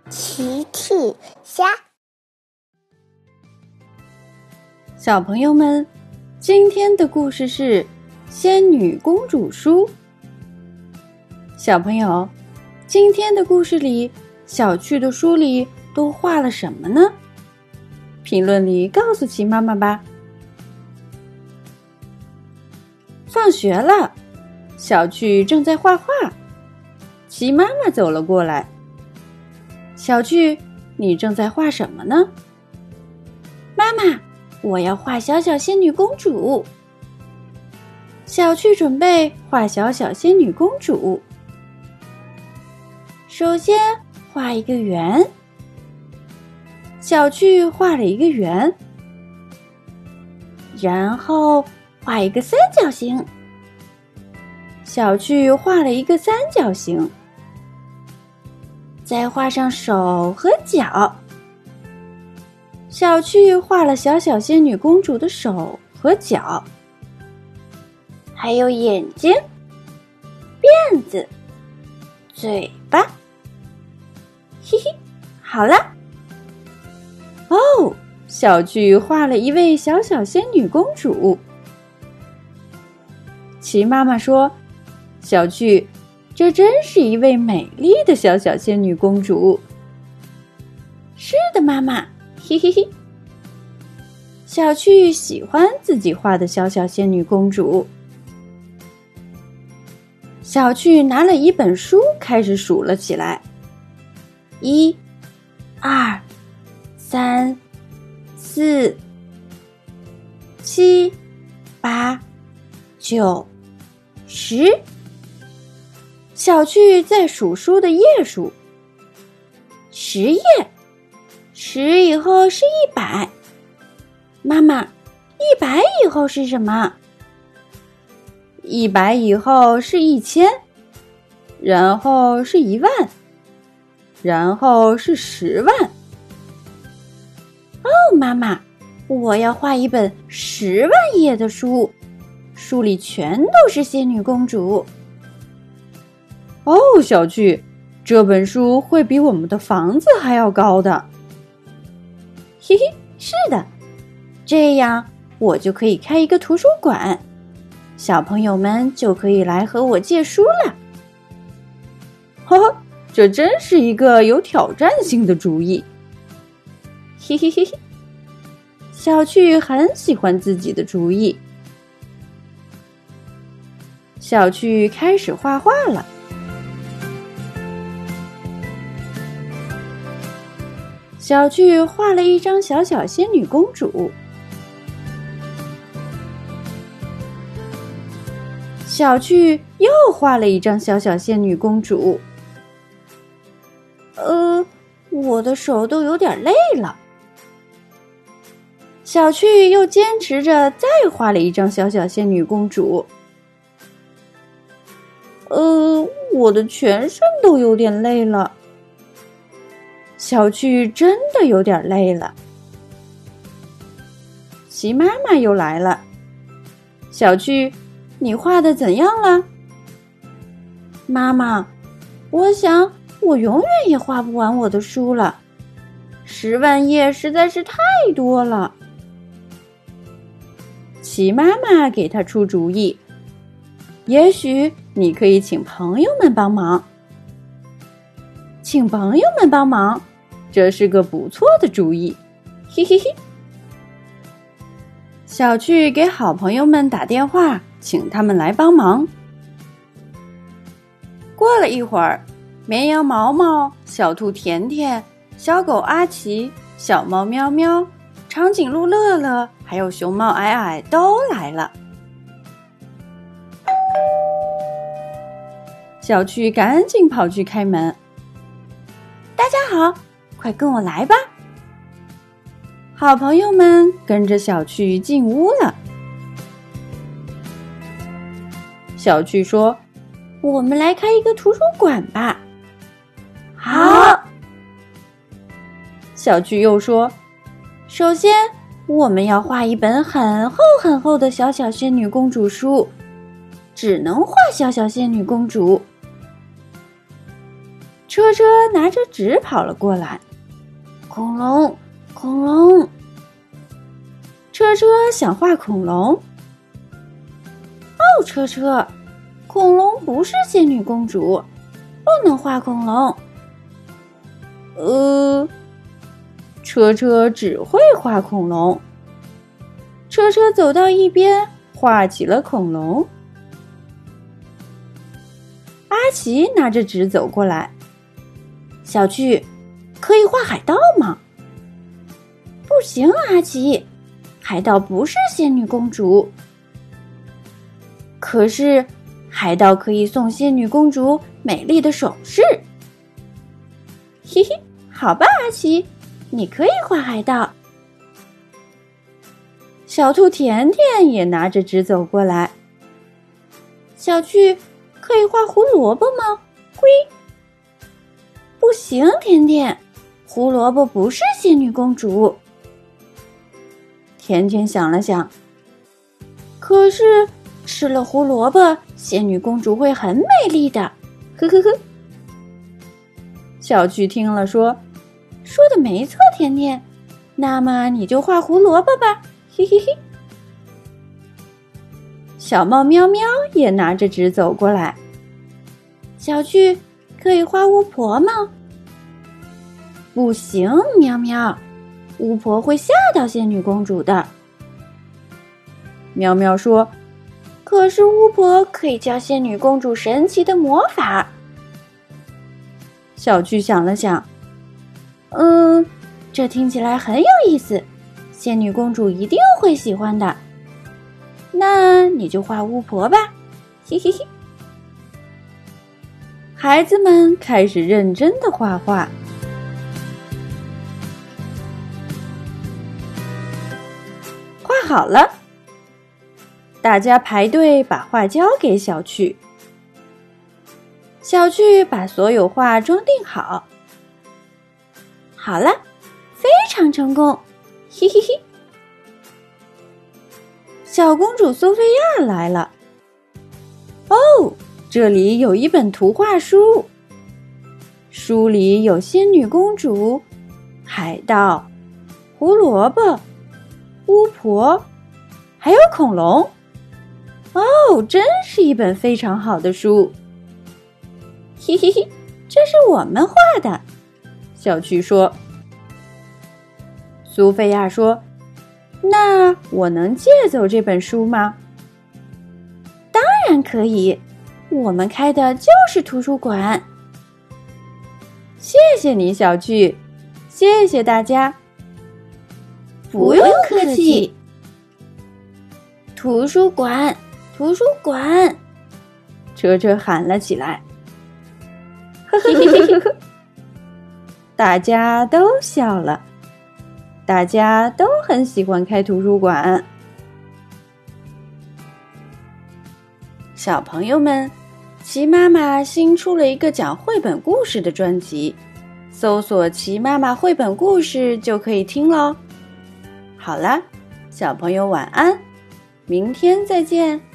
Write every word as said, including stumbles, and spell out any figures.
奇趣虾。 小朋友们，今天的故事是仙女公主书。小朋友，今天的故事里，小趣的书里都画了什么呢？评论里告诉奇妈妈吧。放学了，小趣正在画画，奇妈妈走了过来。小趣，你正在画什么呢？ 妈妈，我要画小小仙女公主。 小趣准备画小小仙女公主。 首先画一个圆。 小趣画了一个圆， 然后画一个三角形。 小趣画了一个三角形， 再画上手和脚。 小趣画了小小仙女公主的手和脚， 还有眼睛、辫子、嘴巴。嘿嘿，好了。 哦，小趣画了一位小小仙女公主。奇妈妈说：“小趣，这真是一位美丽的小小仙女公主。” 是的，妈妈，嘿嘿嘿。 小趣喜欢自己画的小小仙女公主。小趣拿了一本书，开始数了起来：一、二、三、四、七、八、九、十。小趣在数书的页数， 十页，十以后是一百。妈妈，一百以后是什么？ 一百以后是一千，然后是一万，然后是十万。 哦，妈妈，我要画一本十万页的书，书里全都是仙女公主。 哦，小趣，这本书会比我们的房子还要高的。 嘿嘿，是的，这样我就可以开一个图书馆，小朋友们就可以来和我借书了。 呵呵，这真是一个有挑战性的主意。 嘿嘿嘿嘿， 小趣很喜欢自己的主意。小趣开始画画了。小趣画了一张小小仙女公主。小趣又画了一张小小仙女公主。 呃，我的手都有点累了。 小趣又坚持着再画了一张小小仙女公主。 呃，我的全身都有点累了。 小趣真的有点累了。齐妈妈又来了。小趣，你画的怎样了？ 妈妈，我想我永远也画不完我的书了，十万页实在是太多了。 齐妈妈给她出主意，也许你可以请朋友们帮忙。请朋友们帮忙，这是个不错的主意。 嘿嘿嘿。 小趣给好朋友们打电话，请他们来帮忙。过了一会儿，绵羊毛毛、小兔甜甜、小狗阿奇、小猫喵喵、长颈鹿乐乐，还有熊猫矮矮都来了。小趣赶紧跑去开门。大家好，快跟我来吧！好朋友们跟着小趣进屋了。小趣说：“ 我们来开一个图书馆吧。” 好。小趣又说：“ 首先，我们要画一本很厚很厚的小小仙女公主书，只能画小小仙女公主。” 车车拿着纸跑了过来，恐龙，恐龙。车车想画恐龙。哦，车车，恐龙不是仙女公主，不能画恐龙。呃，车车只会画恐龙。车车走到一边，画起了恐龙。阿奇拿着纸走过来，小趣，可以画海盗吗？不行，阿奇，海盗不是仙女公主。可是，海盗可以送仙女公主美丽的首饰。嘿嘿，好吧，阿奇，你可以画海盗。小兔甜甜也拿着纸走过来。小趣，可以画胡萝卜吗？灰。不行，甜甜，胡萝卜不是仙女公主。甜甜想了想，可是吃了胡萝卜，仙女公主会很美丽的。呵呵呵。小趣听了说：“说的没错，甜甜，那么你就画胡萝卜吧。”嘿嘿嘿。小猫喵喵也拿着纸走过来。小趣，可以画巫婆吗？不行，喵喵，巫婆会吓到仙女公主的。喵喵说：“可是巫婆可以教仙女公主神奇的魔法。”小趣想了想，嗯，这听起来很有意思，仙女公主一定会喜欢的。那你就画巫婆吧，嘿嘿嘿。孩子们开始认真的画画。画好了，大家排队把画交给小趣。小趣把所有画装订好。好了，非常成功，嘿嘿嘿。小公主苏菲亚来了。哦，这里有一本图画书，书里有仙女公主、海盗、胡萝卜、巫婆，还有恐龙。哦，真是一本非常好的书。嘿嘿嘿，这是我们画的，小趣说。苏菲亚说：“那我能借走这本书吗？”当然可以，我们开的就是图书馆。谢谢你，小趣，谢谢大家。不用客气。图书馆，图书馆，车车喊了起来。大家都笑了，大家都很喜欢开图书馆。小朋友们，齐妈妈新出了一个讲绘本故事的专辑，搜索齐妈妈绘本故事就可以听咯。好了，小朋友晚安，明天再见。